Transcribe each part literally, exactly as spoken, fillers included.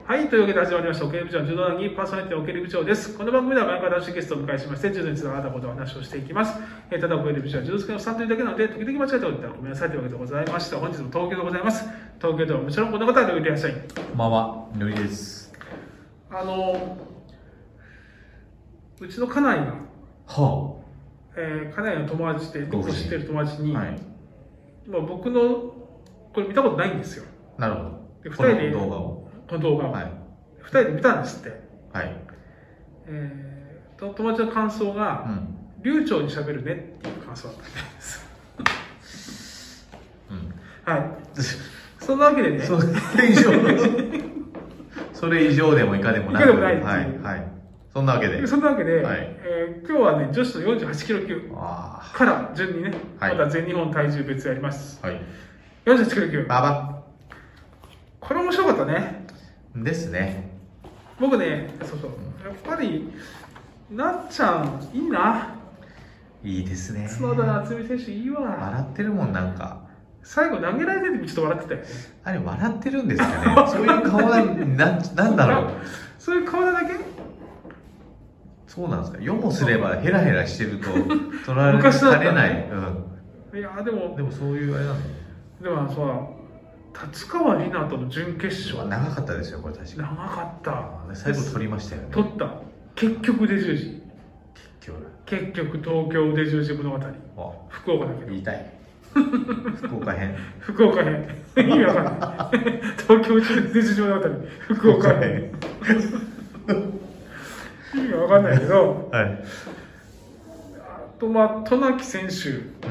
はい、というわけで始まりました、オケル部長の柔道談義パーソナリティのオケル部長です。この番組では毎回新しいゲストをお迎えしまして、柔道についてあったことを話をしていきます。えー、ただ、オケル部長は柔道好きのさんというだけなので、時々間違えておいたらごめんなさいというわけでございました。本日も東京でございます。東京ではもちろんこの方でおいていらっしゃい。 こんばんは、のりです。 あの、うちの家内が、 はあ、えー、家内の友達で、僕の知ってる友達に、 はい、 まあ、僕の、これ見たことないんですよ。 なるほど。 でふたりでこの動画を。 この動画を。 はい。 ふたりで見たんですって。 はい。 えー、と友達の感想が、うん、流暢に喋るねっていう感想だったみたいです。うん。はい。そんなわけでね。 それ以上それ以上でもいかでもない。 いかでもないっていう。 はい。はい。そんなわけで。 そんなわけで、 はい、 えー、今日はね、女子のよんじゅうはちキロ級から順にね、はい、また全日本体重別やります。はい。よんじゅうはちキロ級。 ババこれ面白かったね。 ですね。 僕ね、そうそう。やっぱり、なっちゃん、いいな。 いいですね。 角田夏実選手、いいわ。 笑ってるもん、なんか。 最後投げられててちょっと笑ってたよね。 あれ、笑ってるんですかね。そういう顔な、な、なんだろう。 そういう顔なだけそうなんですか。世もすればヘラヘラしてると取られされない。 うん。いや、でも。 でもそういうあれなんだ。 でもさ、達川里奈との準決勝。 長かったですよ、これ確かに。 長かった。 最後取りましたよね。 取った。結局腕十字。 結局。 結局東京腕十字物語。福岡だけど。 言いたい。福岡編。 福岡編。意味わかんない。東京腕十字物語。福岡編。意味わかんないけど。はい。あと、まあ、渡名喜選手。うん。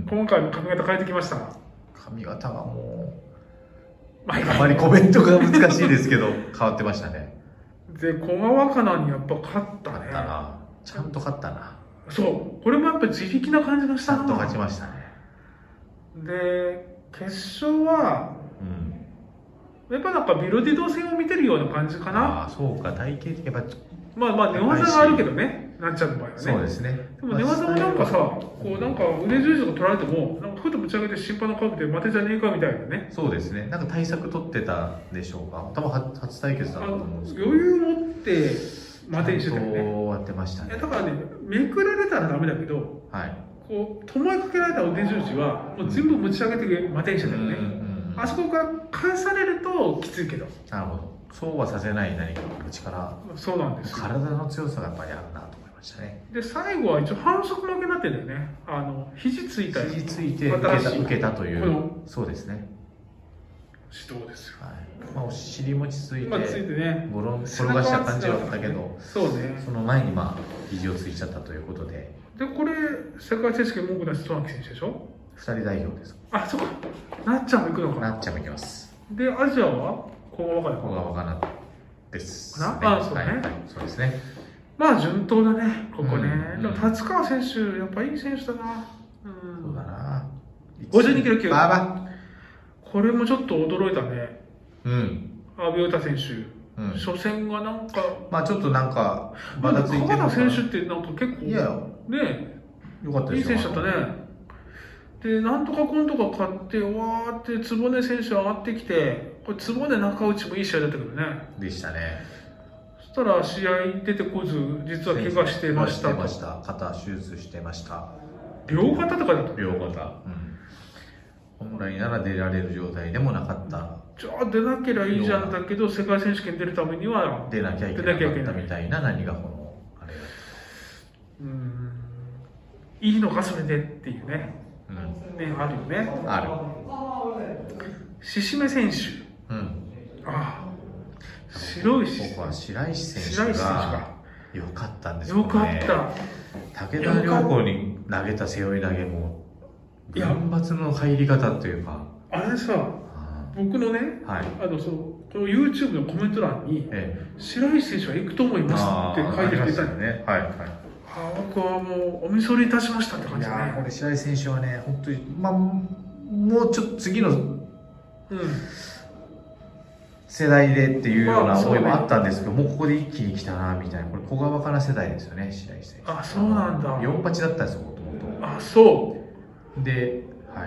今回も髪型変えてきました。 髪型がもう。あまりコメントが難しいですけど、変わってましたね。 で、小川かなにやっぱ勝ったね。 勝ったな。ちゃんと勝ったな。 そう。これもやっぱ自力な感じがしたな。 ちゃんと勝ちましたね。 で、決勝は、うん、やっぱなんかビロディド戦を見てるような感じかな。 ああ、そうか。体型的にやっぱまあまあ寝技があるけどね、なっちゃんの場合はね。 そうですね。 でも寝技もなんかさ、こうなんか腕十字とか取られても、なんかふっと持ち上げて審判の顔見て待てじゃねえかみたいなね。 そうですね。なんか対策取ってたでしょうか。多分初対決だったと思うんですけど。 余裕持って待てにしてたよね。 そうやってましたね。 だからね、めくられたらダメだけど、はい。こう、ともえかけられた腕十字は、もう全部持ち上げて待てにしてたよね。あそこから返されるときついけど。 なるほど。そうはさせない何かの力。 そうなんです。 体の強さがやっぱりあるなと思いましたね。 で、最後は一応反則負けになってるんだよね。あの、肘ついた肘ついて受けた、受けたという。そうですね。 指導ですよ。はい。 まあ、お尻もちついて、 まあ、ついてね。 転がした感じはあったけど、 そうね。 その前にまあ、肘をついちゃったということで。 で、これ、世界選手権文句なし渡名喜選手でしょ？ 二人代表です。 あ、そっか。なっちゃんも行くのか。 なっちゃんも行きます。 で、アジアは小川かな。 小川かなです。 かな？あ、そうね、はいはい。 そうですね。 まあ、順当だね、ここね。うん、でも、達川選手、やっぱいい選手だな。 うん。そうだな。 ごじゅうにキロ級。 バーバこれもちょっと驚いたね。 うん。 阿部詩選手。うん、初戦がなんか。 まあちょっとなんか、まだついてる。 川田選手ってなんか結構。 いや、 ねよかったですよ。いい選手だったね。で、なんとかコンとか勝って、わーって、坪選手上がってきて、これ、坪中内もいい試合だったけどね。 でしたね。 そしたら、試合出てこず、実は怪我してましたと。 してました。肩手術してました。 両肩とかだった両肩。うん。本来なら出られる状態でもなかった。 じゃあ、出なければいいじゃんだけど、世界選手権出るためには、 出なきゃいけなかったみたいな、何がこの、あれだった。 うん。いいのか、それでっていうね。うん、ね、あるよね。 ある。 獅子目選手。うん。ああ。白石。 僕は白石選手が良かったんですよね。 良かった。 武田良子に投げた背負い投げも、群抜の入り方というか。 あれさ、僕のね、はい、あの、その、この YouTube のコメント欄に、ええ、白石選手は行くと思いますって書いてくれたんね。はい、はい。あ、僕はもうお見それいたしましたって感じね。 いやー、これ白石選手はね、本当に、まあ、もうちょっと次の、うん、世代でっていうような思いもあったんですけど、まあ、もうここで一気に来たなみたいな、これ小川から世代ですよね、白石選手。 あ、そうなんだ。 よん八だったんですよ、もともと。 あ、そう。 で、はい。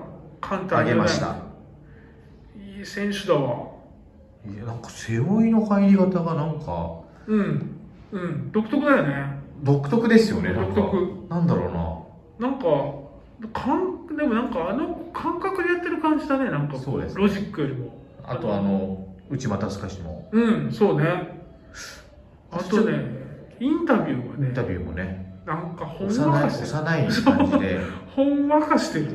上げたんだ。簡単に、 ね。上げました。 いい選手だわ。 いいや、なんか背負いの入り方がなんかうんうん独特だよね。 独特ですよね。なんか独特なんだろうな。 なんかかんでもなんかあの感覚でやってる感じだね。なんかこそうですねロジックよりも。 あとあの内股すかしもうんそうね。あとねインタビューはねインタビューもね、 なんかほん幼いわかしてる。 幼い感じでほんわかしてる。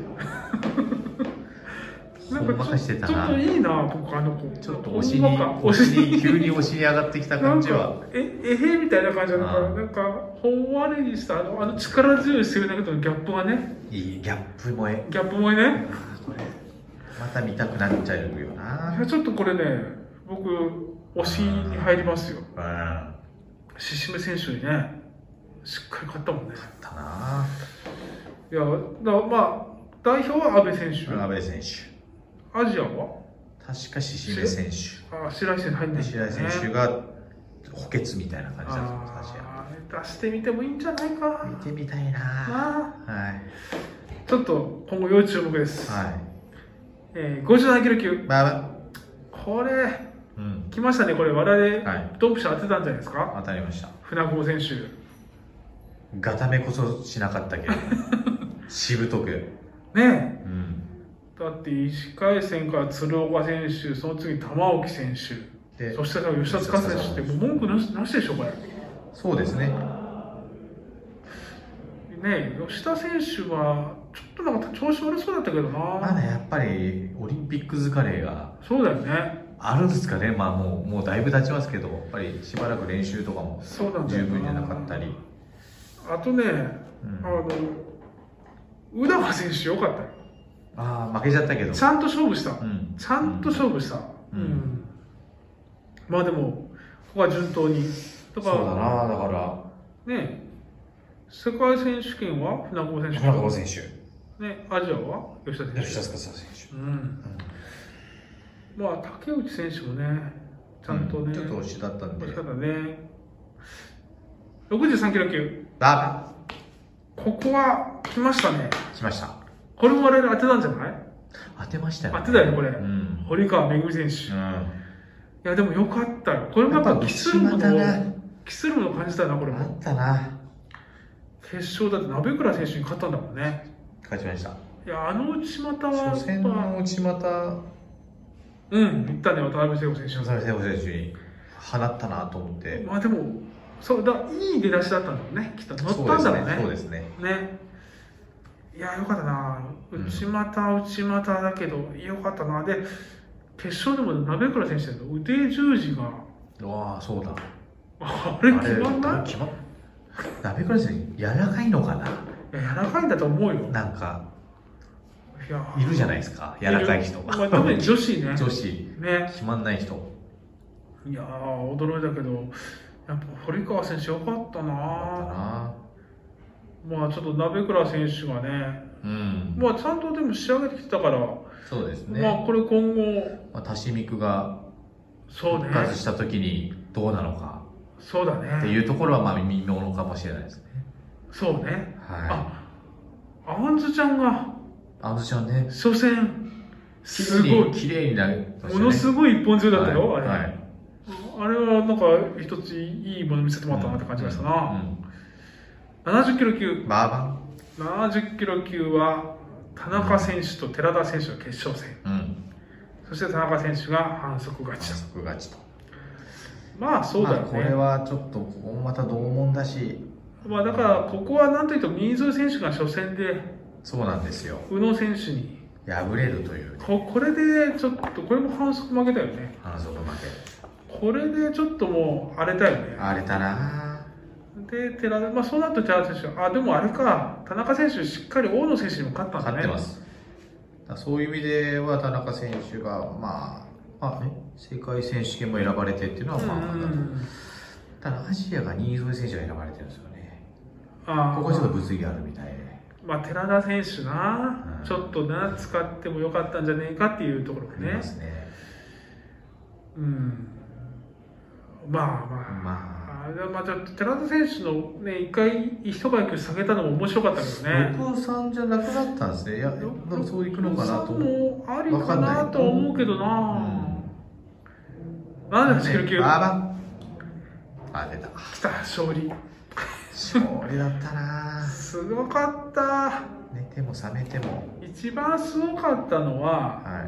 なんほんわかかしてたな。 ちょっといいな僕あの子。 ちょっとお尻にほんわかお尻に急にお尻上がってきた感じはなんかええへみたいな感じなのかああな。なんかほんわりしたあのあの力強い背負い投げとのギャップがね。 いいギャップ萌え。 ギャップもね。 これまた見たくなっちゃうよないやちょっとこれね僕推しに入りますよ。 うんあシシム選手にねしっかり勝ったもんね。 ったないやだからまあ代表は阿部選手。 阿部選手、 アジアは確か獅子目選手あ白井選手入んないんだよね。 で白井選手が補欠みたいな感じだったんです、 あー出してみてもいいんじゃないか見てみたいななあ。 はいちょっと今後要注目です。 はいえー、ごじゅうななキロ級まあこれうん来ましたね。これ我々、 はいドンピシャ当てたんじゃないですか。 当たりました。 船久保選手ガタメこそしなかったけどしぶとく、 ねうん、 えだっていっかい戦から鶴岡選手、その次玉置選手、 でそして吉田塚選手ってもう文句なしなしでしょこれ。 そうですね。 ねえ吉田選手はちょっとなんか調子悪そうだったけどな。 まだやっぱりオリンピック疲れがそうだよね。 あるんですかね。まあもうもうだいぶ経ちますけど、やっぱりしばらく練習とかもそうなんだよな十分じゃなかったり、 あとね、 うんあの宇田選手よかったよ。 ああ負けちゃったけど、 ちゃんと勝負した、 うんちゃんと勝負した、 うんうんまあでもここは順当にだからそうだな。だからね世界選手権は船久保選手、 船久保選手、 ね、アジアは吉田選手、 吉田司選手、 うんまあ竹内選手もねちゃんとね、 うんちょっと惜しだったんで惜しかったね。ろくじゅうさんキロ級あここは来ましたね。 来ました。 これも我々当てたんじゃない？ 当てましたよね。 当てたよねこれ、 うん堀川恵選手、 うんいやでもよかったよ。これもやっぱ期するものをやっぱ内股が期するものを感じたなこれあも。 ったな。 決勝だって鍋倉選手に勝ったんだもんね。 勝ちました。 いやあの内股はやっぱ初戦の内股、 うん言ったね渡辺聖子選手。 渡辺聖子選手に放ったなと思って。 まあでもそうだいい出だしだったんだろうね。きっと乗ったんだろうね。 そうですね。 ね。いやよかったな。 うん内股内股だけどよかったな。で決勝でも鍋倉選手の腕十字がうわあそうだ。 あれ決まんない？ あれ決まっ鍋倉選手柔らかいのかな。 いや柔らかいんだと思うよ。 なんかいやいるじゃないですか。柔らかい人。 まあ、特に女子ね。 女子ね。 決まんない人。 いやー驚いたけどやっぱ堀川選手よかったな。 だったな。 まあちょっと鍋倉選手がね、 うん。 まあちゃんとでも仕上げてきたから、 そうですね。 まあこれ今後まあ、タシミクがそうね復活した時にどうなのかそうだねっていうところはまあ微妙かもしれないですね。 そうね。 はあアンズちゃんがい。あのちゃんね、 初戦すごい綺麗になりましたね。 ものすごい一本強だったよ、 はい、 あれ、 はいあれはなんか一ついいもの見せてもらったなって感じがしたな。 うんうんななじゅっキロ級バーバななじゅっキロ級は田中選手と寺田選手の決勝戦、 ン。うん。 そして田中選手が反則勝反ち則勝ちと。 まあそうだよね、 まあ、これはちょっとまた同門だし、 まあだからここはなんといっても新添選手が初戦でそうなんですよ。 宇野選手に敗れるという、ね、 ここれでちょっとこれも反則負けたよね。 反則負これでちょっともう荒れたよね。 け。荒れたな。 で寺田、まあ、そうなると寺田選手はあでもあれか田中選手しっかり大野選手にも勝ったんだね。 勝ってます。だからそういう意味では田中選手がまあ、あね、世界選手権も選ばれてっていうのはまあ、 うんただアジアが新添選手が選ばれてるんですよね。 あここはちょっと物議あるみたいで。 まあ寺田選手な、 うんちょっとな使ってもよかったんじゃねえかっていうところがありね。 ますね。 うんまあまあ、 まああでもまあちょっと寺田選手のね一回一階級下げたのも面白かったけどね。 ろくさんじゃなくなったんですね。いや、なんかそういくのかなと思う。 もありかなとは思うけどな、 うんななはちきゅうきゅう。 バーバン。あ、出た。 来た、勝利。 勝利だったな。 すごかった。 寝ても覚めても。 一番すごかったのは、 はい。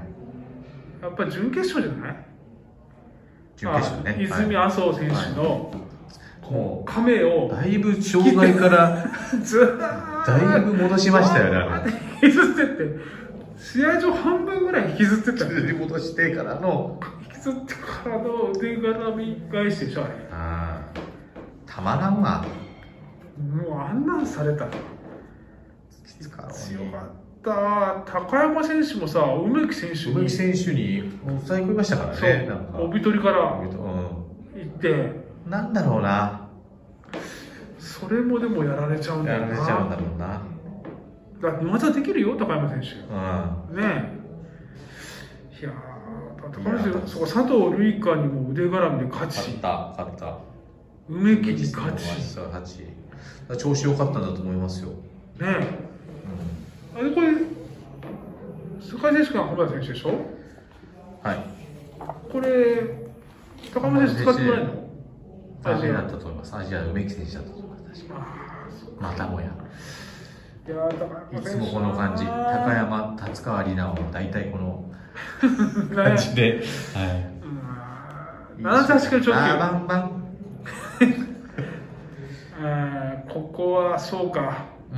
やっぱり準決勝じゃない準決勝ね。 泉麻生選手の、 もう亀をだいぶ障害からずーだいぶ戻しましたよね。 引きずってって、試合上半分ぐらい引きずってった。 引き戻してからの引きずってからの腕絡み返しでしょ、あれ。 ああ、たまらんわ。 もうあんなんされたら強かった。高山選手もさ、梅木選手に梅木選手に抑え込みましたからね。なんか帯取りからうん、 行って、 なんだろうな。 それもでもやられちゃうんだよな。 やられちゃうんだろうな。 だって技できるよ、高山選手。 うん。 ねえ。いやー、高山選手、そうか、佐藤瑠衣香にも腕絡みで勝ち、 勝った、勝った。 梅木に勝ち。 勝ち。調子良かったんだと思いますよ。 ねえ。あれこれ、世界選手権は浜田選手でしょ。 はい。 これ、高山選手使ってないの？ アジアだったと思います。アジアの梅木選手だったと思います。またもや。 いやー、 いつもこの感じ。高山、達川里奈は大体この感じで。 はい。ななさんしかちょっと。 バンバン。 ここはそうか。 うん。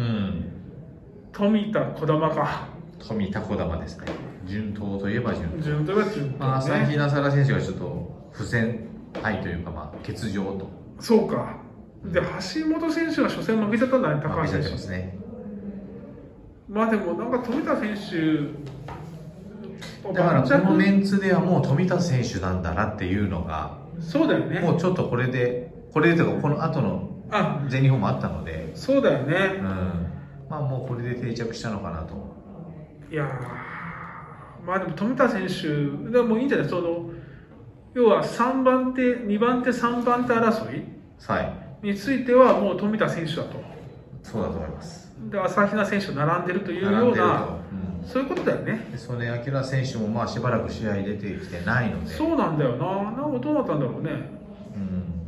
富田児玉か。 富田児玉ですね。順当といえば順当。 順当といえば順当、ね。 まあ、朝比奈沙羅選手がちょっと不全敗というか、まあ、欠場と。 そうか。で、橋本選手が初戦負けちゃったんだね、高橋選手。 負けちゃってますね。 まあでも、なんか富田選手、 だからこのメンツではもう富田選手なんだなっていうのが、 そうだよね。 もうちょっとこれで、これでとか、この後の全日本もあったので、 そうだよね。 うん。まあもうこれで定着したのかなと。 いやー、まあでも富田選手、でもいいんじゃない、その、要はさんばん手、にばん手、さんばん手争いについてはもう富田選手だと。 そうだと思います。 で、朝比奈選手と並んでるというような、うん、そういうことだよね。 曽根明選手もまあしばらく試合出てきてないので。 そうなんだよな。なんかどうなったんだろうね。 うん。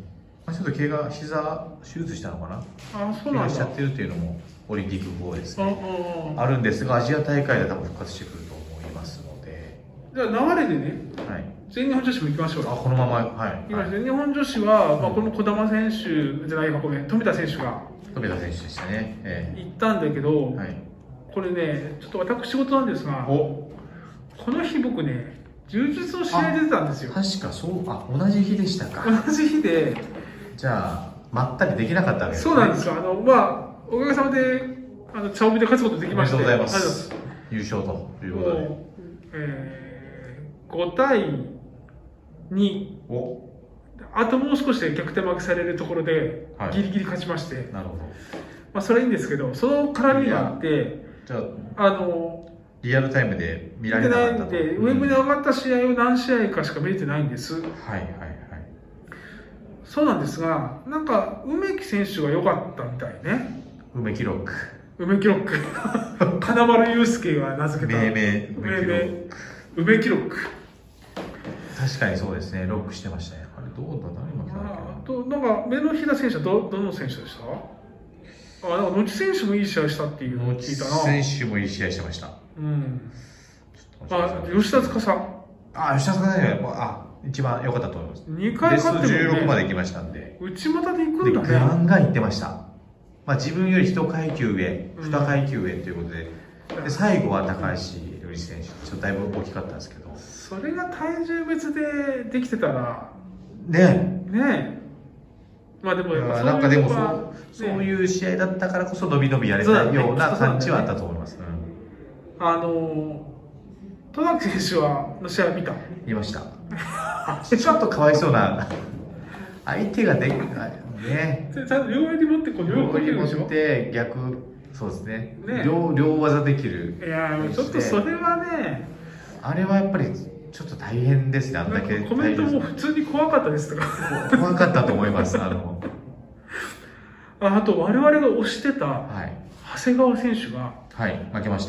まあ、ちょっと怪我、膝手術したのかな。 あ、そうなんだ。 怪我しちゃってるっていうのもオリンピック後ですね。あるんですが、アジア大会で多分復活してくると思いますので。 じゃあ流れでね、はい、全日本女子も行きましょうよ。 あ、このまま、はい。 今、全日本女子は、うん、まあ、この児玉選手じゃないか、ごめん、富田選手が。 富田選手でしたね。ええ、行ったんだけど、 はい、 これね、ちょっと私事なんですが、この日僕ね、柔術の試合出てたんですよ。 確かそう、あ、同じ日でしたか。 同じ日で。 じゃあ、まったりできなかったわけですね。そうなんですよ。あの、まあ、おかげさまで、あの、茶帯で勝つことできまして。 ありがとうございます。優勝ということで。 えー、ごたいに。 おあともう少しで逆転負けされるところで、はい、ギリギリ勝ちまして。 なるほど。 まあ、それはいいんですけど、その絡みがあって、 じゃあ、 あの、 リアルタイムで見られなかったと。 で、ウェブで上がった試合を何試合かしか見れてないんです。はいはいはい。 そうなんですが、なんか、梅木選手が良かったみたいね。 梅木ロック。 梅木ロック。金丸雄介が名付けた。 命名。 梅木ロック。梅木ロック。 確かにそうですね、ロックしてましたね。あれ、どうだ、何負けたんだっけな。と、なんか、目の平選手はど、どの選手でしたあ、なんか、野地選手もいい試合したっていうのを聞いたな。 野地選手もいい試合してました。 うん。あ、吉田司。 あ、吉田司ね、あ、一番良かったと思います。 にかい勝っても、ね、 ベストじゅうろくまで行きましたんで。 内股で行くんだね。 ガンガン行ってました。まあ自分より一階級上、二階級上ということで、うん、で最後は高橋瑠璃選手、ちょっとだいぶ大きかったんですけど。 それが体重別でできてたら、 ねえ。ねえ。まあでも、 なんかでもそう、そういう試合だったからこそ伸び伸びやれたような感じはあったと思います。 うん、あの、戸崎選手は、の試合見た？ 見ました。ちょっとかわいそうな。相手ができないね。 ちゃんと両腕に持ってこう両腕に持って逆、そうですね。ね、両両技できる。 いやちょっとそれはね。 あれはやっぱりちょっっと大変ですね、あんだけ。 コメントも普通に怖かったですとか。 怖かったと思います、あの。 ああと、我々が推してた、長谷川選手が、 はい、負けました。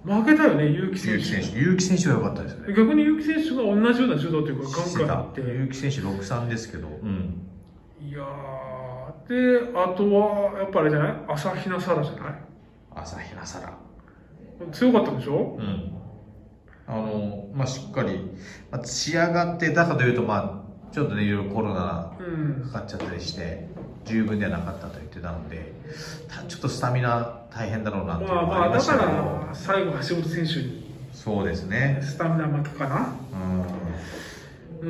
負けたよね、結城選手。 結城選手。結城選手は良かったですよね。 逆に結城選手が同じような柔道というか、ガンガンいって。 結城選手ろくさんですけど。うん。 いやー、で、あとは、やっぱあれじゃない朝比奈沙羅じゃない朝比奈沙羅。 強かったでしょ。 うん。あの、まあ、しっかり、まあ、仕上がってたかというと、まあ、ちょっとね、いろいろコロナかかっちゃったりして、十分ではなかったと言ってたので、ちょっとスタミナ大変だろうなっていうのもありましたけど。 まあまあ、だから、最後、橋本選手に。 そうですね。 スタミナ負けかな。 うん。 うん。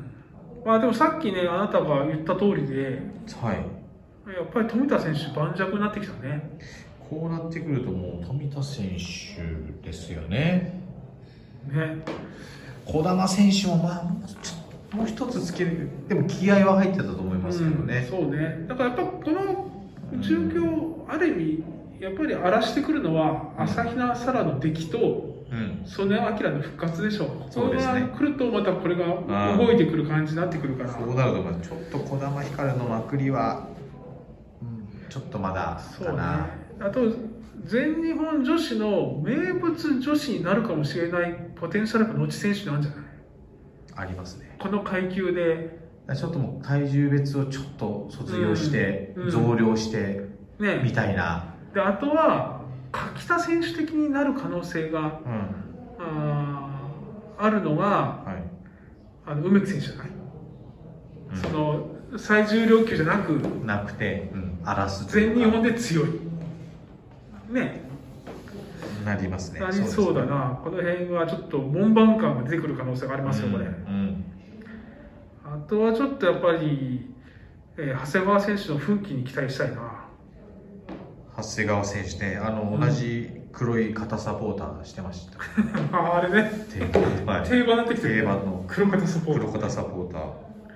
まあでもさっきね、あなたが言った通りで、 はい。 やっぱり富田選手、盤石になってきたね。 こうなってくると、もう富田選手ですよね。 ね。 児玉選手も、まあ、もうちょっともう一つつける、でも気合は入ってたと思いますけどね。 うん、そうね。だからやっぱこの状況、ある意味、やっぱり荒らしてくるのは、朝比奈沙羅の出来と、 うん、 曽根明の復活でしょう。 そうですね。 これが来るとまたこれが動いてくる感じになってくるから。 そうなると思います。ちょっと児玉ひかるのまくりは、うん、ちょっとまだかな。 ね、あと全日本女子の名物女子になるかもしれないポテンシャルが野地選手にあるんじゃない？ ありますね。 この階級でちょっともう体重別をちょっと卒業して、 うん、 増量して、ね、みたいな。 であとは柿田選手的になる可能性が、うん、あ, あるのが、はい、あの梅木選手じゃない、うん、その最重量級じゃなくなくて、うん、荒らす全日本で強いね。 なりますね。 なりそうだな。この辺はちょっと門番感が出てくる可能性がありますよ、これ。うんうん、あとはちょっとやっぱり、えー、長谷川選手の奮起に期待したいな。 長谷川選手ね、あの、うん、同じ黒い肩サポーターしてました。 あ, あれね。 定番、はい、 定番になってきてる。 定番の黒肩サポーター。 黒肩サポータ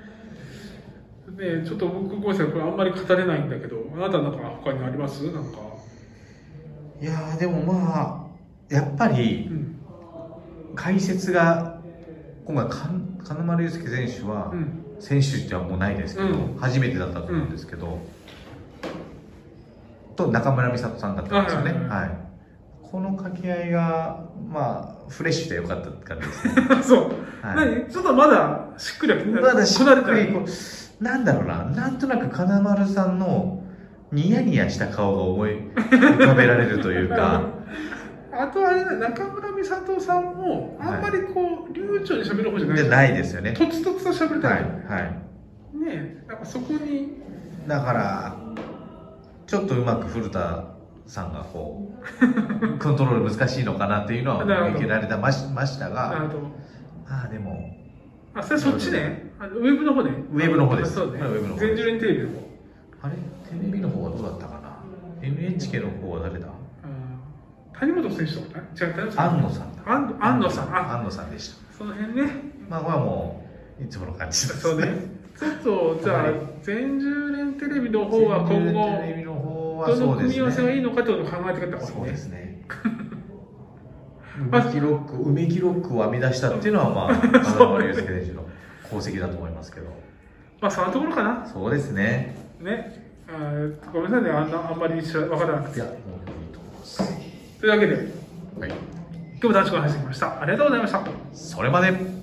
ー。ね、ちょっと僕ごめんなさい、これあんまり語れないんだけど、あなたなんか他にあります？なんか。 いやーでもまあやっぱり、うん、解説が今回金丸雄介選手は、うん、選手ではもうないですけど、うん、初めてだったと思うんですけど、うん、と中村美里さんだったんですよね。はい。この掛け合いがまあフレッシュで良かった感じですね。 そう。はい、何ちょっとまだしっくりはまだしっくりこうなんだろうな、なんとなく金丸さんのニヤニヤした顔が思い浮かべられるというかあとあれだ、中村美里さんもあんまりこう、流暢に喋る方じゃないでないですよね。 とつとつと喋りたい。 はい。はい、 ねえ、なんかそこにだからちょっとうまく古田さんがこうコントロール難しいのかなっていうのは見受けられてましたが、 なるほど。 ああでもあ、それそっちね。あのウェブの方ね。 ウェブの方です。 そうね。 ウェブの方。 全十連テレビの方。 あれテレビの方はどうだったかな。エヌエイチケー の方は誰だ。 谷本選手とかね。違う、 安野さんだ。 安野さん。 安野さんでした。 その辺ね。 まあまあもういつもの感じです。 そうね。ちょっとじゃあ全十連テレビの方は今後テレビの方はどの組み合わせがいいのかというのを考えてくれた方がいいね。 そうですね。梅木ロック、梅木ロックを編み出したっていうのはまあ金丸雄介選手の功績だと思いますけど。 まあそんなところかな。 そうですね。 ね。あごめんなさいね、あんなあんまり分からなくて。 いや、もういいと思います。 というわけで、 はい、 今日も楽しく話してきました。ありがとうございました。 それまで。